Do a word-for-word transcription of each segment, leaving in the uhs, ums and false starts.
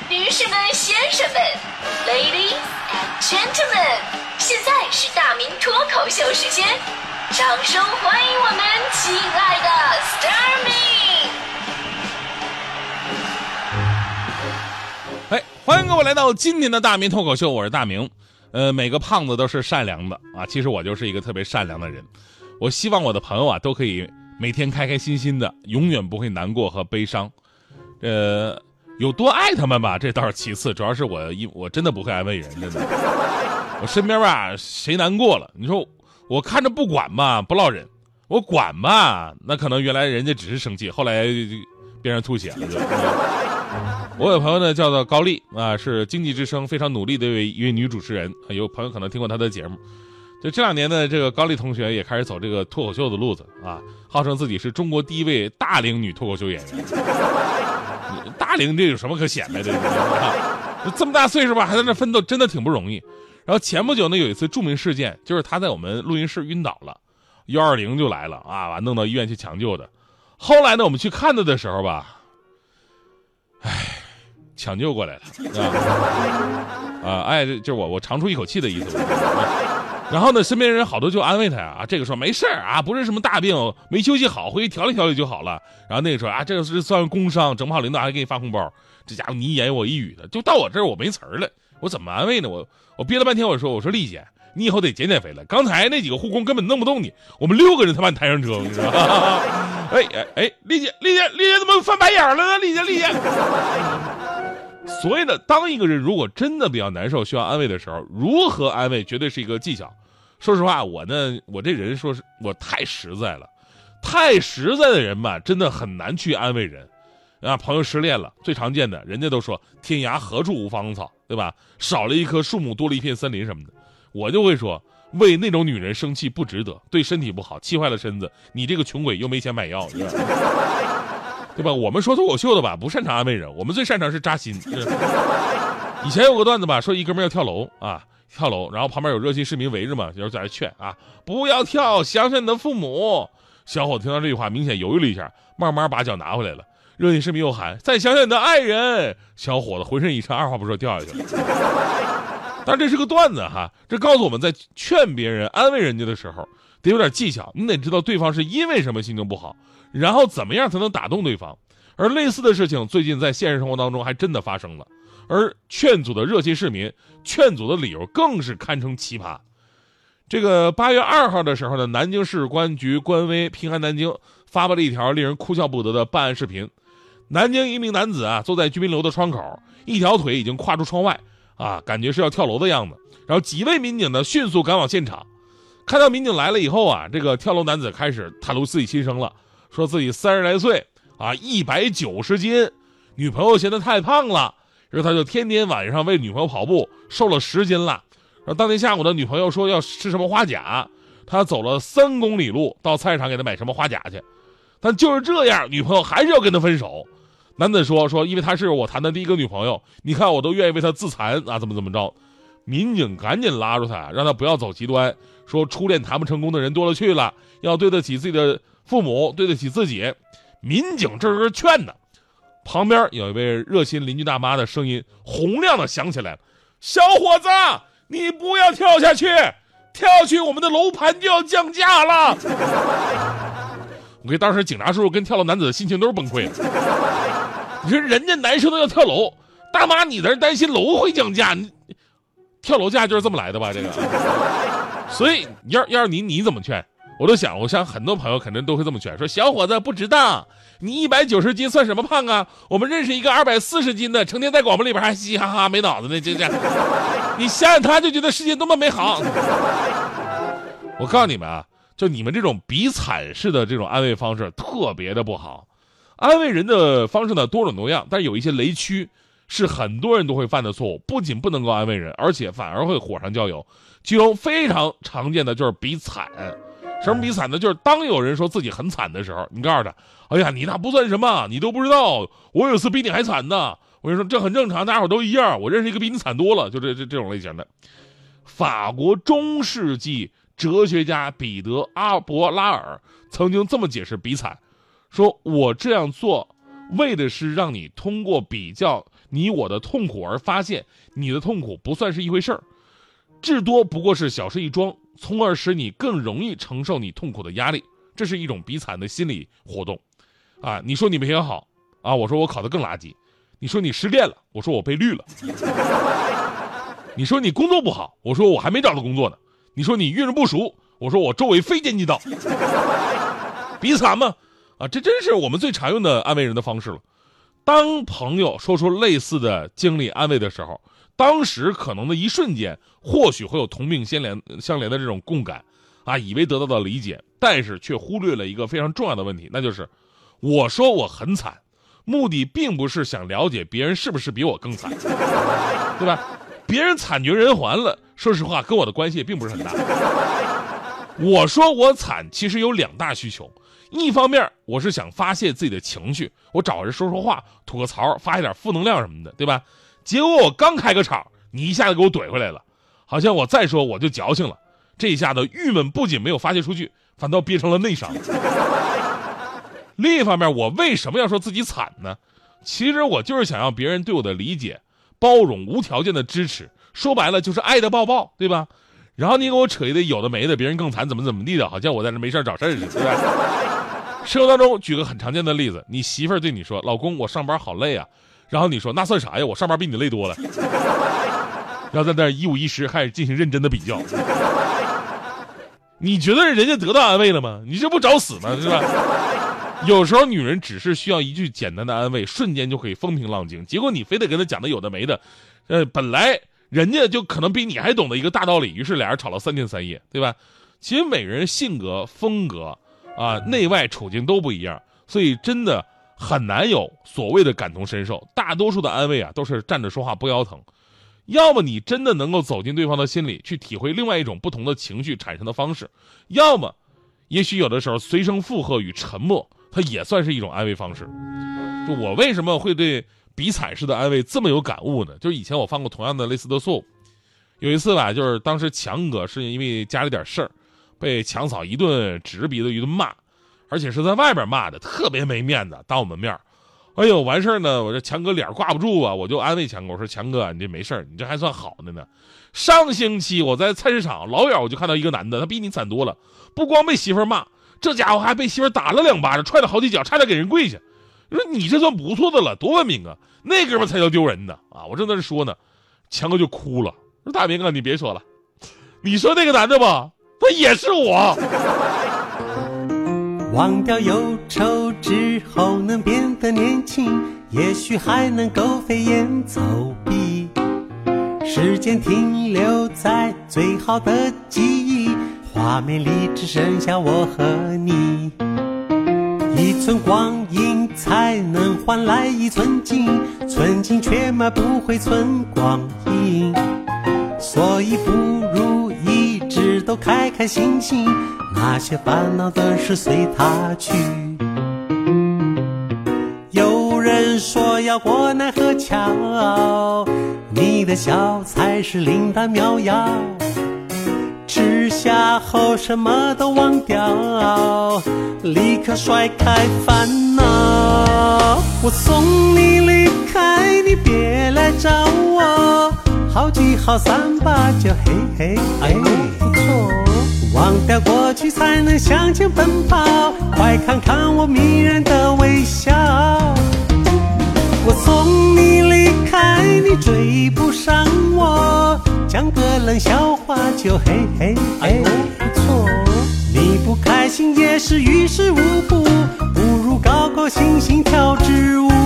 女士们、先生们 ，Ladies and Gentlemen， 现在是大明脱口秀时间，掌声欢迎我们亲爱的 Starmin。 哎，欢迎各位来到今天的大明脱口秀，我是大明。呃，每个胖子都是善良的啊，其实我就是一个特别善良的人。我希望我的朋友啊都可以每天开开心心的，永远不会难过和悲伤。呃，有多爱他们吧，这倒是其次，主要是我一我真的不会安慰人，真的。我身边吧，谁难过了，你说我看着不管吧，不落忍；我管吧，那可能原来人家只是生气，后来变成吐血了就。我有朋友呢，叫做高丽啊，是经济之声非常努力的一位一位女主持人，有朋友可能听过她的节目。就这两年呢，这个高丽同学也开始走这个脱口秀的路子啊，号称自己是中国第一位大龄女脱口秀演员。大龄这有什么可显摆的？这么大岁数吧，还在那奋斗，真的挺不容易。然后前不久呢，有一次著名事件，就是她在我们录音室晕倒了，幺二零就来了啊，弄到医院去抢救的。后来呢，我们去看她的时候吧，唉。抢救过来了啊！啊，哎，就是我，我长出一口气的意思。然后呢，身边人好多就安慰他呀，啊，这个说没事啊，不是什么大病，没休息好，回去调理调理就好了。然后那个说啊，这个是算工伤，整不好领导还给你发红包。这家伙你一言我一语的，就到我这儿我没词儿了，我怎么安慰呢？我我憋了半天，我说我说丽姐，你以后得减减肥了。刚才那几个护工根本弄不动你，我们六个人他把你抬上车，你知道吗？哎哎哎，丽姐丽姐丽姐怎么翻白眼了呢？丽姐丽姐。所以呢，当一个人如果真的比较难受，需要安慰的时候，如何安慰绝对是一个技巧。说实话，我呢，我这人说是我太实在了，太实在的人吧，真的很难去安慰人。啊，朋友失恋了，最常见的，人家都说天涯何处无芳草，对吧？少了一棵树木，多了一片森林什么的。我就会说，为那种女人生气不值得，对身体不好，气坏了身子，你这个穷鬼又没钱买药，对吧？对吧？我们说脱口秀的吧，不擅长安慰人，我们最擅长是扎心。以前有个段子吧，说一哥们要跳楼啊，跳楼，然后旁边有热心市民围着嘛，就是在那劝啊，不要跳，想想你的父母。小伙子听到这句话，明显犹豫了一下，慢慢把脚拿回来了。热心市民又喊，再想想你的爱人。小伙子浑身一颤，二话不说掉下去了。但这是个段子哈，这告诉我们在劝别人、安慰人家的时候，得有点技巧，你得知道对方是因为什么心情不好。然后怎么样才能打动对方？而类似的事情最近在现实生活当中还真的发生了。而劝阻的热心市民，劝阻的理由更是堪称奇葩。这个八月二号的时候呢，南京市公安局官微平安南京发布了一条令人哭笑不得的办案视频。南京一名男子啊，坐在居民楼的窗口，一条腿已经跨出窗外啊，感觉是要跳楼的样子。然后几位民警呢迅速赶往现场，看到民警来了以后啊，这个跳楼男子开始袒露自己心声了。说自己三十来岁啊，一百九十斤，女朋友嫌他太胖了，然后他就天天晚上为女朋友跑步，瘦了十斤了。然后当天下午的女朋友说要吃什么花甲，他走了三公里路到菜市场给他买什么花甲去，但就是这样，女朋友还是要跟他分手。男子说说因为他是我谈的第一个女朋友，你看我都愿意为他自残啊，怎么怎么着。民警赶紧拉住他，让他不要走极端，说初恋谈不成功的人多了去了，要对得起自己的父母，对得起自己。民警这是劝呢，旁边有一位热心邻居大妈的声音洪亮的响起来了，小伙子，你不要跳下去，跳下去我们的楼盘就要降价了。我给当时警察叔叔跟跳楼男子的心情都是崩溃的。你说人家男生都要跳楼，大妈你在这担心楼会降价，你跳楼价就是这么来的吧？这个，所以要要是你你怎么劝？我都想，我想很多朋友肯定都会这么劝，说小伙子不值当，你一百九十斤算什么胖啊？我们认识一个二百四十斤的，成天在广播里边还嘻嘻哈哈没脑子呢，这这，你想想他就觉得世界多么美好。我告诉你们啊，就你们这种比惨式的这种安慰方式特别的不好。安慰人的方式呢多种多样，但是有一些雷区是很多人都会犯的错误，不仅不能够安慰人，而且反而会火上浇油。其中非常常见的就是比惨。什么比惨呢？就是当有人说自己很惨的时候，你告诉他，哎呀，你那不算什么，你都不知道，我有次比你还惨呢。我跟你说，这很正常，大家伙都一样，我认识一个比你惨多了，就这这这种类型的。法国中世纪哲学家彼得阿伯拉尔曾经这么解释比惨，说我这样做为的是让你通过比较你我的痛苦而发现你的痛苦不算是一回事儿，至多不过是小事一桩，从而使你更容易承受你痛苦的压力。这是一种比惨的心理活动啊！你说你没考好啊，我说我考得更垃圾；你说你失恋了，我说我被绿了；你说你工作不好，我说我还没找到工作呢；你说你遇人不熟，我说我周围非奸即盗。比惨吗？啊，这真是我们最常用的安慰人的方式了。当朋友说出类似的经历安慰的时候，当时可能的一瞬间，或许会有同病相怜相怜的这种共感啊，以为得到了理解，但是却忽略了一个非常重要的问题，那就是我说我很惨，目的并不是想了解别人是不是比我更惨，对吧？别人惨绝人寰了，说实话跟我的关系也并不是很大。我说我惨其实有两大需求，一方面我是想发泄自己的情绪，我找人说说话，吐个槽，发一点负能量什么的，对吧？结果我刚开个场，你一下子给我怼回来了，好像我再说我就矫情了。这一下子郁闷不仅没有发泄出去，反倒憋成了内伤。另一方面，我为什么要说自己惨呢？其实我就是想要别人对我的理解、包容、无条件的支持，说白了就是爱的抱抱，对吧？然后你给我扯一堆有的没的，别人更惨怎么怎么地的，好像我在这没事找事似的，对吧？生活当中举个很常见的例子，你媳妇儿对你说：“老公，我上班好累啊。”然后你说：“那算啥呀？我上班比你累多了。”然后在那一五一十开始进行认真的比较。你觉得人家得到安慰了吗？你这不找死吗？是吧？有时候女人只是需要一句简单的安慰，瞬间就可以风平浪静。结果你非得跟她讲的有的没的，呃，本来人家就可能比你还懂得一个大道理，于是俩人吵了三天三夜，对吧？其实每个人性格、风格啊、内外处境都不一样，所以真的很难有所谓的感同身受。大多数的安慰啊，都是站着说话不腰疼。要么你真的能够走进对方的心里，去体会另外一种不同的情绪产生的方式，要么也许有的时候随声附和与沉默，它也算是一种安慰方式。就我为什么会对比惨式的安慰这么有感悟呢？就是以前我犯过同样的类似的错误。有一次吧，就是当时强哥是因为家里点事儿，被强嫂一顿指着鼻子一顿骂，而且是在外边骂的，特别没面子，当我们面。哎呦，完事儿呢，我这强哥脸挂不住啊，我就安慰强哥，我说强哥，你这没事儿，你这还算好的呢。上星期我在菜市场老远我就看到一个男的，他比你惨多了，不光被媳妇儿骂，这家伙还被媳妇儿打了两巴掌，踹了好几脚，差点给人跪下。你说你这算不错的了，多文明啊！那哥们才叫丢人呢啊！我正在这说呢，强哥就哭了，说大明哥你别说了，你说那个男的吧，他也是我。 忘掉忧愁之后能变得年轻，也许还能够飞檐走壁。时间停留在最好的记忆，画面里只剩下我和你。一寸光阴才能换来一寸金，寸金却买不回寸光阴。所以不如一直都开开心心，那些烦恼的事随他去。有人说要过奈何桥，你的笑才是灵丹妙药，吃下后什么都忘掉，立刻甩开烦恼。我送你离开，你别来找我，好聚好散吧，就嘿嘿哎，不错。忘掉过去才能向前奔跑，快看看我迷人的微笑。我送你离开，你追不上我，讲个冷笑话就嘿嘿哎，不错。你不开心也是于事无补，不如高高兴兴跳支舞。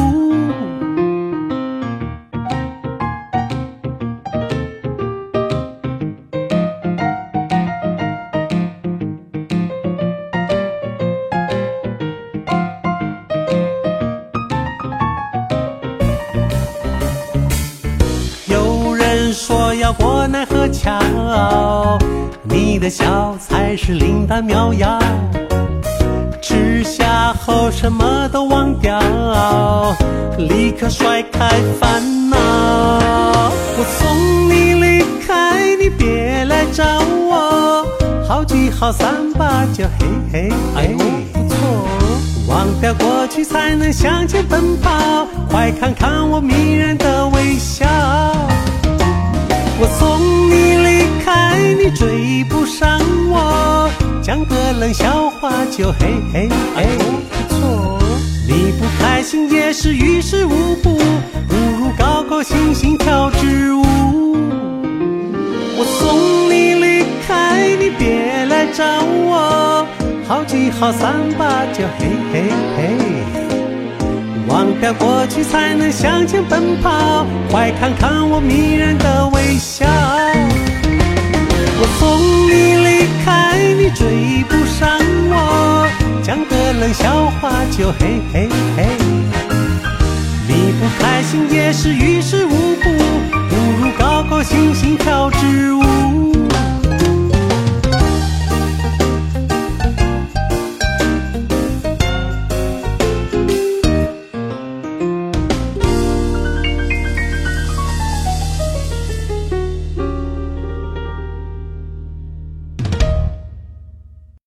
说要过奈何桥，你的笑才是灵丹妙药，吃下后什么都忘掉，立刻甩开烦恼。我送你离开，你别来找我，好聚好散吧，就嘿嘿哎，不错。 忘掉过去才能向前奔跑，快看看我迷人的微笑。我送你离开，你追不上我，讲个冷笑话就嘿嘿嘿。不错，你不开心也是于事无补，不如高高兴兴跳支舞。我送你离开，你别来找我，好聚好散吧就嘿嘿嘿。忘掉过去才能向前奔跑，快看看我迷人的微笑。我送你离开，你追不上我，讲个冷笑话就嘿嘿嘿。你不开心也是于事无